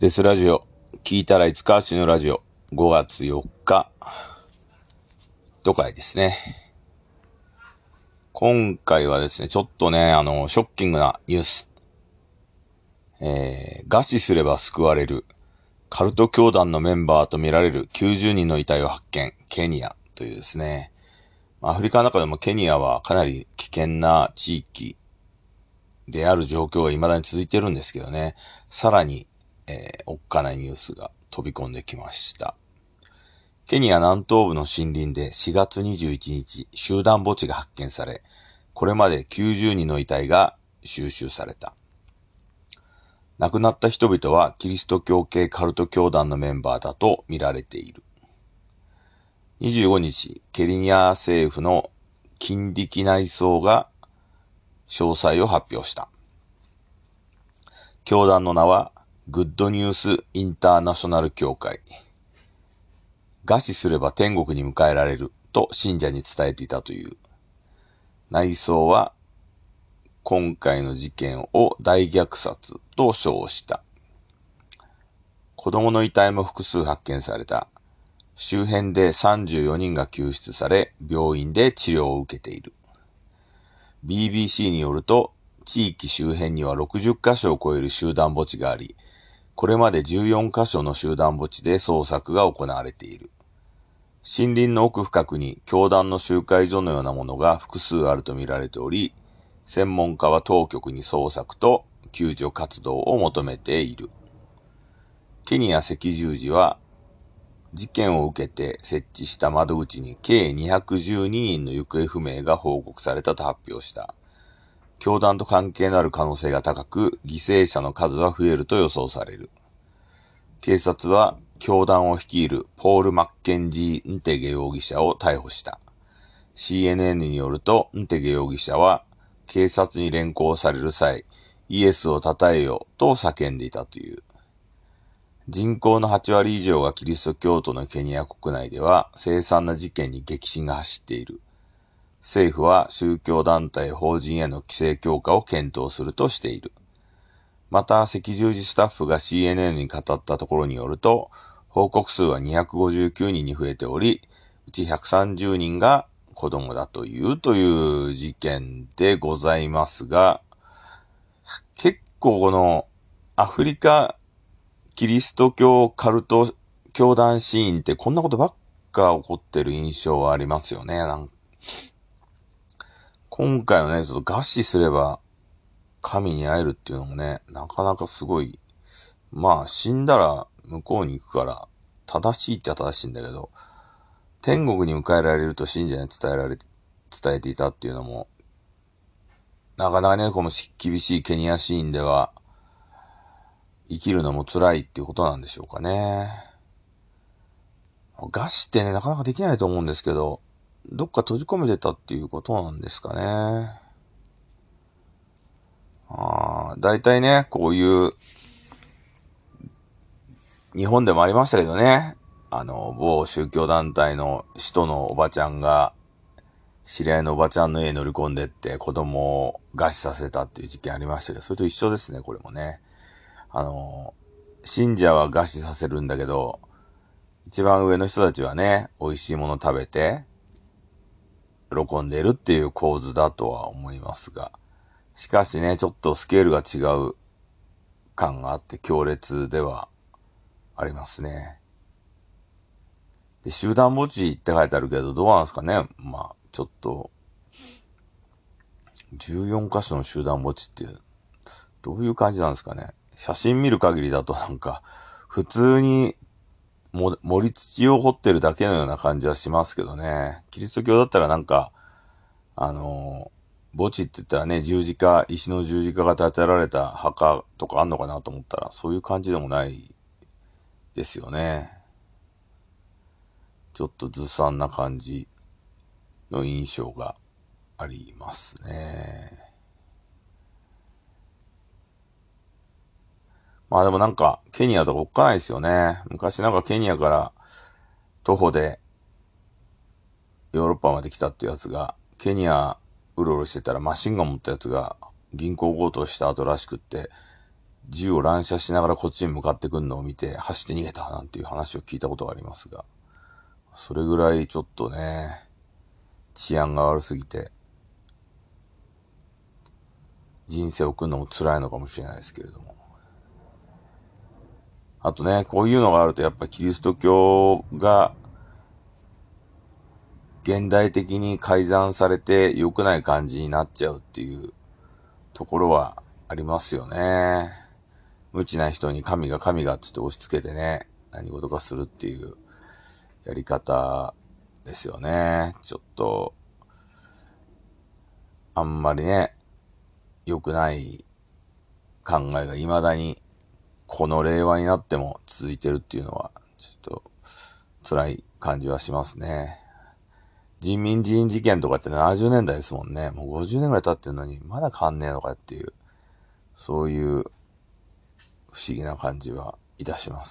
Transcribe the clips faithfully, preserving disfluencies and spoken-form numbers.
デスラジオ、聞いたらいつか死ぬラジオ、ごがつよっか、とかいですね。今回はですね、ちょっとね、あの、ショッキングなニュース。えー、餓死すれば救われる、カルト教団のメンバーとみられるきゅうじゅうにんの遺体を発見、ケニアというですね。アフリカの中でもケニアはかなり危険な地域である状況が未だに続いてるんですけどね。さらに、えー、おっかないニュースが飛び込んできました。ケニア南東部の森林でしがつにじゅういちにち、集団墓地が発見され、これまできゅうじゅうにんの遺体が収集された。亡くなった人々はキリスト教系カルト教団のメンバーだと見られている。にじゅうごにち、ケニア政府の近力内相が詳細を発表した。教団の名はグッドニュースインターナショナル協会。餓死すれば天国に迎えられると信者に伝えていたという。内相は今回の事件を大虐殺と称した。子供の遺体も複数発見された。周辺でさんじゅうよにんが救出され、病院で治療を受けている。ビービーシー によると、地域周辺にはろくじゅっかしょを超える集団墓地があり、これまでじゅうよんかしょの集団墓地で捜索が行われている。森林の奥深くに教団の集会所のようなものが複数あると見られており、専門家は当局に捜索と救助活動を求めている。ケニア赤十字は、事件を受けて設置した窓口に計にひゃくじゅうににんの行方不明が報告されたと発表した。教団と関係のある可能性が高く、犠牲者の数は増えると予想される。警察は、教団を率いるポール・マッケンジー・ンテゲ容疑者を逮捕した。シーエヌエヌ によると、ンテゲ容疑者は、警察に連行される際、イエスを称えよと叫んでいたという。人口のはちわり以上がキリスト教徒のケニア国内では、凄惨な事件に激震が走っている。政府は宗教団体法人への規制強化を検討するとしている。また、赤十字スタッフが シーエヌエヌ に語ったところによると、報告数はにひゃくごじゅうきゅうにんに増えており、うちひゃくさんじゅうにんが子供だというという事件でございますが、結構このアフリカキリスト教カルト教団シーンってこんなことばっか起こってる印象はありますよね。なん今回はね、ちょっと餓死すれば神に会えるっていうのもね、なかなかすごい。まあ死んだら向こうに行くから正しいっちゃ正しいんだけど、天国に迎えられると信者に伝えられ、伝えていたっていうのも、なかなかね、この厳しいケニアシーンでは、生きるのも辛いっていうことなんでしょうかね。餓死ってね、なかなかできないと思うんですけど、どっか閉じ込めてたっていうことなんですかね。ああ、だいたいね、こういう、日本でもありましたけどね、あの、某宗教団体の使徒のおばちゃんが、知り合いのおばちゃんの家に乗り込んでって子供を餓死させたっていう事件ありましたけど、それと一緒ですね、これもね。あの、信者は餓死させるんだけど、一番上の人たちはね、美味しいもの食べて、喜んでいるっていう構図だとは思いますが、しかしね、ちょっとスケールが違う感があって強烈ではありますね。で、集団墓地って書いてあるけど、どうなんですかね。まあ、ちょっと、じゅうよんかしょの集団墓地って、どういう感じなんですかね。写真見る限りだとなんか、普通にも盛り土を掘ってるだけのような感じはしますけどね。キリスト教だったらなんか、あのー、墓地って言ったらね、十字架、石の十字架が建てられた墓とかあんのかなと思ったら、そういう感じでもないですよね。ちょっとずさんな感じの印象がありますね。まあでもなんか、ケニアとかおっかないですよね。昔なんかケニアから徒歩でヨーロッパまで来たってやつが、ケニアうろうろしてたらマシンガン持ったやつが銀行強盗した後らしくって、 銃を乱射しながらこっちに向かってくるのを見て走って逃げたなんていう話を聞いたことがありますが、それぐらいちょっとね、治安が悪すぎて、人生を送るのも辛いのかもしれないですけれども。あとね、こういうのがあるとやっぱキリスト教が現代的に改ざんされて良くない感じになっちゃうっていうところはありますよね。無知な人に神が神がって言って押し付けてね、何事かするっていうやり方ですよね。ちょっと、あんまりね、良くない考えが未だにこの令和になっても続いてるっていうのは、ちょっと辛い感じはしますね。人民人事件とかってななじゅうねんだいですもんね。もうごじゅうねんぐらい経ってるのに、まだ変わんねえのかっていう、そういう不思議な感じはいたします。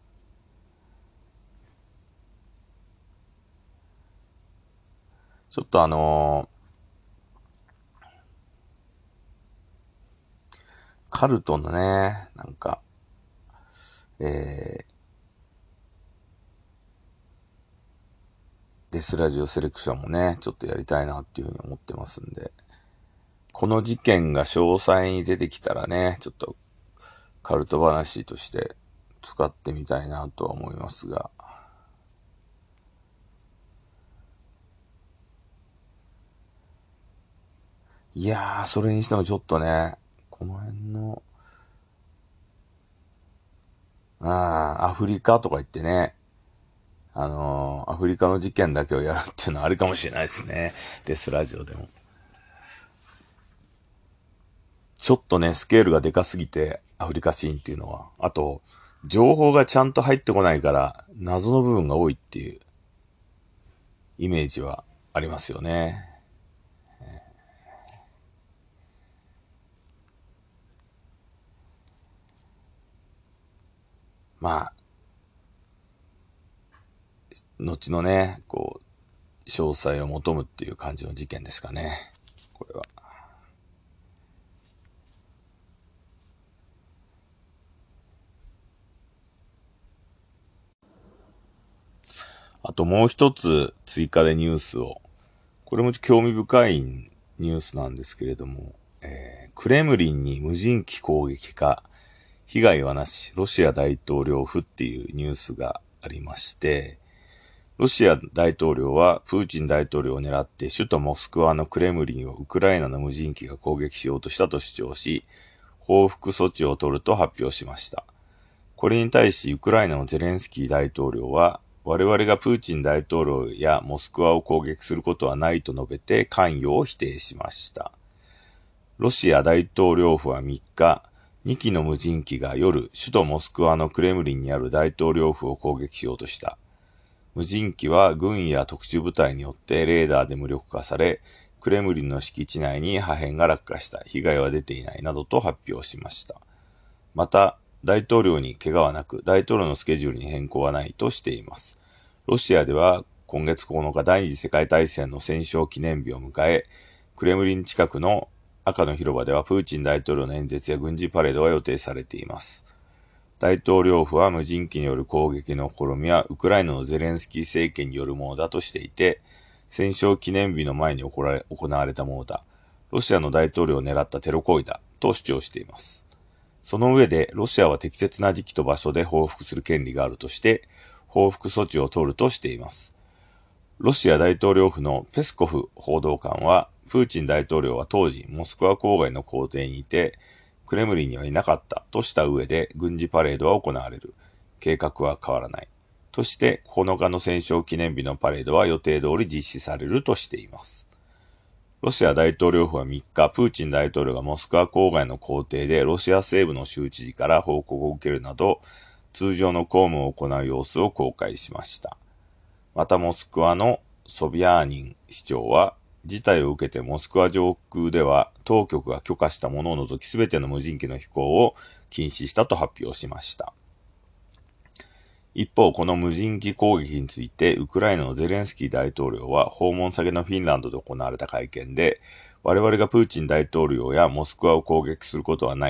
ちょっとあのー、カルトのね、なんか、えー、デスラジオセレクションもね、ちょっとやりたいなっていうふうに思ってますんで、この事件が詳細に出てきたらね、ちょっとカルト話として使ってみたいなとは思いますが、いやー、それにしてもちょっとね、この辺の、あー、アフリカとか言ってね、あのー、アフリカの事件だけをやるっていうのはありかもしれないですね。デスラジオでも。ちょっとね、スケールがでかすぎて、アフリカシーンっていうのは。あと、情報がちゃんと入ってこないから、謎の部分が多いっていうイメージはありますよね。まあ、後のね、こう、詳細を求むっていう感じの事件ですかね。これは。あともう一つ追加でニュースを。これも興味深いニュースなんですけれども、えー、クレムリンに無人機攻撃か、被害はなし、ロシア大統領府っていうニュースがありまして、ロシア大統領はプーチン大統領を狙って首都モスクワのクレムリンをウクライナの無人機が攻撃しようとしたと主張し、報復措置を取ると発表しました。これに対しウクライナのゼレンスキー大統領は、我々がプーチン大統領やモスクワを攻撃することはないと述べて関与を否定しました。ロシア大統領府はみっか、にきの無人機が夜、首都モスクワのクレムリンにある大統領府を攻撃しようとした。無人機は軍や特殊部隊によってレーダーで無力化され、クレムリンの敷地内に破片が落下した。被害は出ていないなどと発表しました。また、大統領に怪我はなく、大統領のスケジュールに変更はないとしています。ロシアでは今月ここのか第二次世界大戦の戦勝記念日を迎え、クレムリン近くの赤の広場ではプーチン大統領の演説や軍事パレードが予定されています。大統領府は無人機による攻撃の試みはウクライナのゼレンスキー政権によるものだとしていて、戦勝記念日の前に行われたものだ。ロシアの大統領を狙ったテロ行為だと主張しています。その上で、ロシアは適切な時期と場所で報復する権利があるとして、報復措置を取るとしています。ロシア大統領府のペスコフ報道官は、プーチン大統領は当時、モスクワ郊外の公邸にいて、クレムリンにはいなかったとした上で、軍事パレードは行われる。計画は変わらない。として、ここのかの戦勝記念日のパレードは予定通り実施されるとしています。ロシア大統領府はみっか、プーチン大統領がモスクワ郊外の公邸でロシア西部の州知事から報告を受けるなど、通常の公務を行う様子を公開しました。またモスクワのソビャーニン市長は、事態を受けてモスクワ上空では当局が許可したものを除きすべての無人機の飛行を禁止したと発表しました。一方、この無人機攻撃について、ウクライナのゼレンスキー大統領は訪問先のフィンランドで行われた会見で、我々がプーチン大統領やモスクワを攻撃することはない。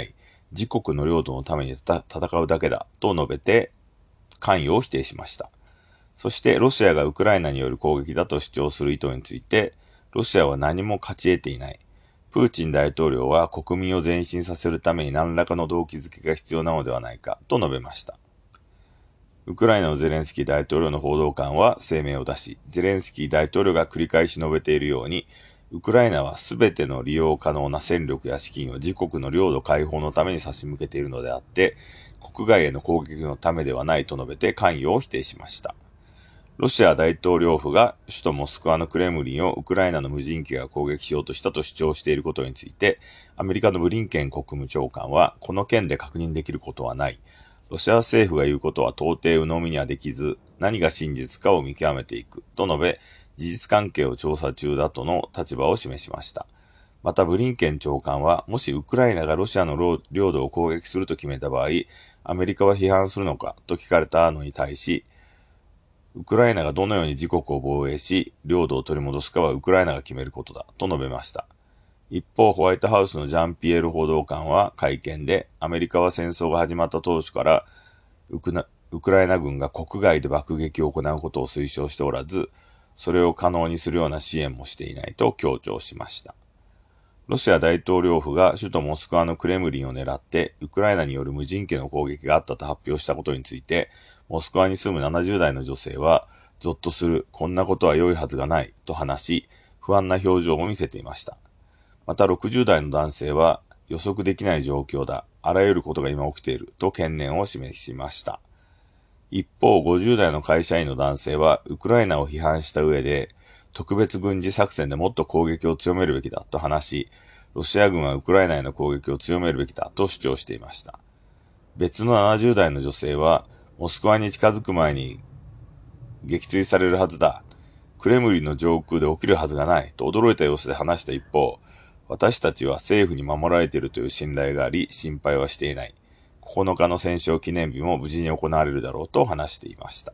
自国の領土のために戦うだけだと述べて関与を否定しました。そしてロシアがウクライナによる攻撃だと主張する意図について、ロシアは何も勝ち得ていない。プーチン大統領は国民を前進させるために何らかの動機づけが必要なのではないかと述べました。ウクライナのゼレンスキー大統領の報道官は声明を出し、ゼレンスキー大統領が繰り返し述べているように、ウクライナはすべての利用可能な戦力や資金を自国の領土解放のために差し向けているのであって、国外への攻撃のためではないと述べて関与を否定しました。ロシア大統領府が首都モスクワのクレムリンをウクライナの無人機が攻撃しようとしたと主張していることについて、アメリカのブリンケン国務長官は、この件で確認できることはない。ロシア政府が言うことは到底鵜呑みにはできず、何が真実かを見極めていく、と述べ、事実関係を調査中だとの立場を示しました。またブリンケン長官は、もしウクライナがロシアの領土を攻撃すると決めた場合、アメリカは批判するのかと聞かれたのに対し、ウクライナがどのように自国を防衛し、領土を取り戻すかはウクライナが決めることだ、と述べました。一方、ホワイトハウスのジャンピエール報道官は会見で、アメリカは戦争が始まった当初からウクナ、ウクライナ軍が国外で爆撃を行うことを推奨しておらず、それを可能にするような支援もしていないと強調しました。ロシア大統領府が首都モスクワのクレムリンを狙ってウクライナによる無人機の攻撃があったと発表したことについて、モスクワに住むななじゅう代の女性は、ゾッとする、こんなことは良いはずがない、と話し、不安な表情を見せていました。またろくじゅう代の男性は、予測できない状況だ、あらゆることが今起きている、と懸念を示しました。一方、ごじゅう代の会社員の男性は、ウクライナを批判した上で、特別軍事作戦でもっと攻撃を強めるべきだと話し、ロシア軍はウクライナへの攻撃を強めるべきだと主張していました。別のななじゅう代の女性は、モスクワに近づく前に撃墜されるはずだ。クレムリンの上空で起きるはずがないと驚いた様子で話した一方、私たちは政府に守られているという信頼があり、心配はしていない。ここのかの戦勝記念日も無事に行われるだろうと話していました。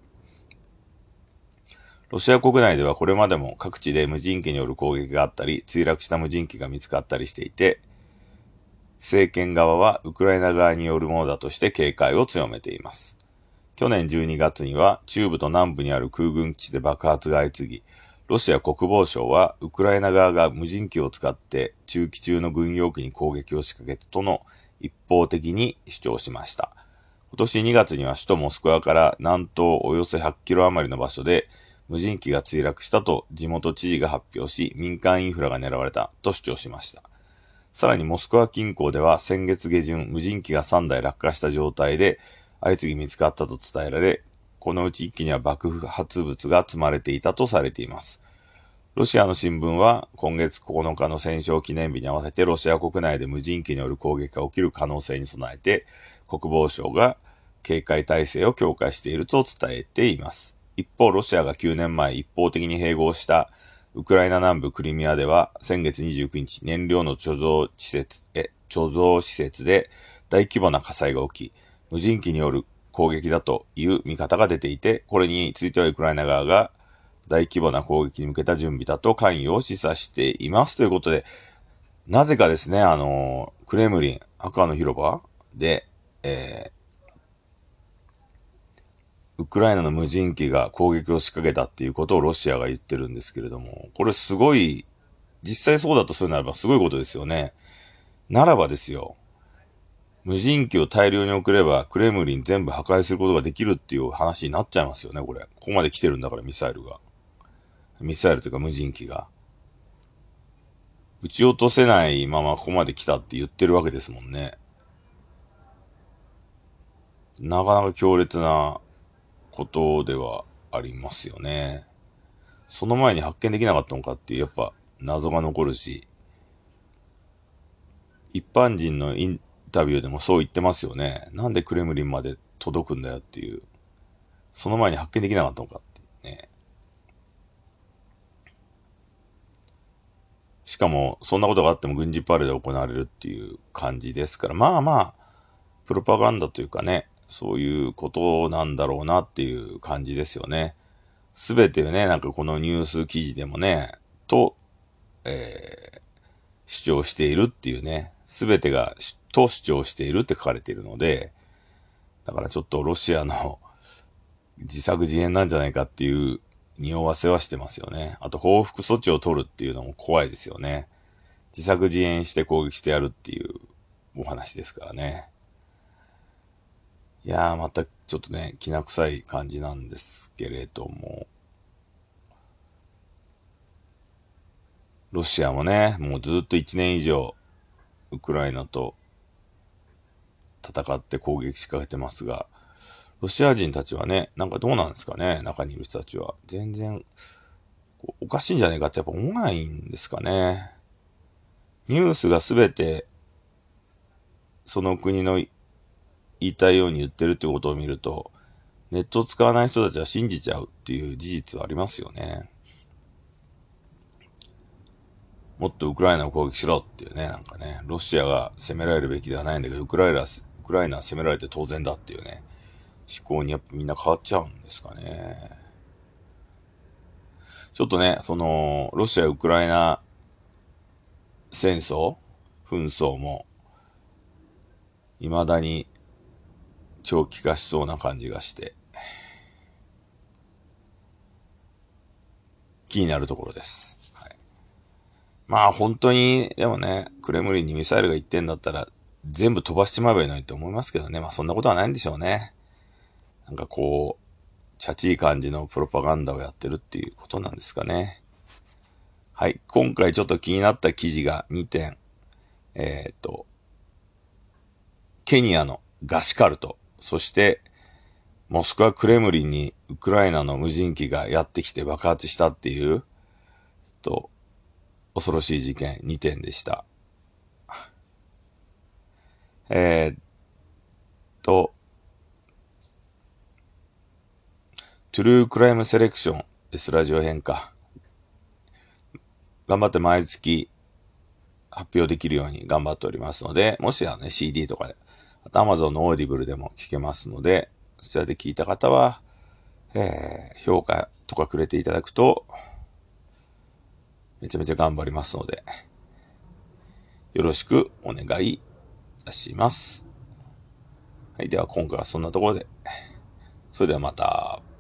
ロシア国内ではこれまでも各地で無人機による攻撃があったり、墜落した無人機が見つかったりしていて、政権側はウクライナ側によるものだとして警戒を強めています。去年じゅうにがつには中部と南部にある空軍基地で爆発が相次ぎ、ロシア国防省はウクライナ側が無人機を使って駐機中の軍用機に攻撃を仕掛けたとの一方的に主張しました。今年にがつには首都モスクワから南東およそひゃっキロ余りの場所で無人機が墜落したと地元知事が発表し、民間インフラが狙われたと主張しました。さらにモスクワ近郊では先月下旬、無人機がさんだい落下した状態で相次ぎ見つかったと伝えられ、このうちいっきには爆発物が積まれていたとされています。ロシアの新聞は今月ここのかの戦勝記念日に合わせてロシア国内で無人機による攻撃が起きる可能性に備えて、国防省が警戒態勢を強化していると伝えています。一方、ロシアがきゅうねんまえ一方的に併合したウクライナ南部クリミアでは先月にじゅうくにち燃料の貯蔵施設、え、貯蔵施設で大規模な火災が起き、無人機による攻撃だという見方が出ていて、これについてはウクライナ側が大規模な攻撃に向けた準備だと関与を示唆していますということで、なぜかですね、あの、クレムリン、赤の広場で、えー、ウクライナの無人機が攻撃を仕掛けたっていうことをロシアが言ってるんですけれども、これすごい、実際そうだとするならばすごいことですよね。ならばですよ、無人機を大量に送ればクレムリン全部破壊することができるっていう話になっちゃいますよね、これ。ここまで来てるんだからミサイルが。ミサイルというか無人機が。撃ち落とせないままここまで来たって言ってるわけですもんね。なかなか強烈なことではありますよね。その前に発見できなかったのかっていう、やっぱ謎が残るし、一般人のインタビューでもそう言ってますよね。なんでクレムリンまで届くんだよっていう。その前に発見できなかったのかっていうね。しかも、そんなことがあっても軍事パレードで行われるっていう感じですから、まあまあ、プロパガンダというかね、そういうことなんだろうなっていう感じですよね。すべてね、なんかこのニュース記事でもね、と、えー、主張しているっていうね、 すべてがと主張しているって書かれているので、だからちょっとロシアの自作自演なんじゃないかっていう匂わせはしてますよね。あと報復措置を取るっていうのも怖いですよね。自作自演して攻撃してやるっていうお話ですからね。いやーまたちょっとね、きな臭い感じなんですけれども、ロシアもね、もうずっといちねん以上、ウクライナと戦って攻撃仕掛けてますが、ロシア人たちはね、なんかどうなんですかね、中にいる人たちは。全然、おかしいんじゃないかってやっぱ思わないんですかね。ニュースがすべて、その国の言いたいように言ってるってことを見ると、ネットを使わない人たちは信じちゃうっていう事実はありますよね。もっとウクライナを攻撃しろっていうね、なんかね、ロシアが攻められるべきではないんだけど、ウクライナ、ウクライナは攻められて当然だっていうね、思考にやっぱみんな変わっちゃうんですかね。ちょっとね、その、ロシア・ウクライナ戦争紛争も、未だに長期化しそうな感じがして、気になるところです。はい、まあ本当に、でもね、クレムリンにミサイルが行ってんだったら、全部飛ばしちまえばいいのにと思いますけどね。まあそんなことはないんでしょうね。なんかこう、チャチい感じのプロパガンダをやってるっていうことなんですかね。はい。今回ちょっと気になった記事がにてん。えっと、ケニアのガシカルト、そして、モスクワクレムリンにウクライナの無人機がやってきて爆発したっていう、と、恐ろしい事件にてんでした。えー、っと、トゥルークライムセレクションです。ラジオ編か。頑張って毎月発表できるように頑張っておりますので、もしはね、シーディー とかで、あと Amazon のオーディブルでも聞けますので、そちらで聞いた方は、えー、評価とかくれていただくと、めちゃめちゃ頑張りますので、よろしくお願いいたします。はい、では今回はそんなところで、それではまた。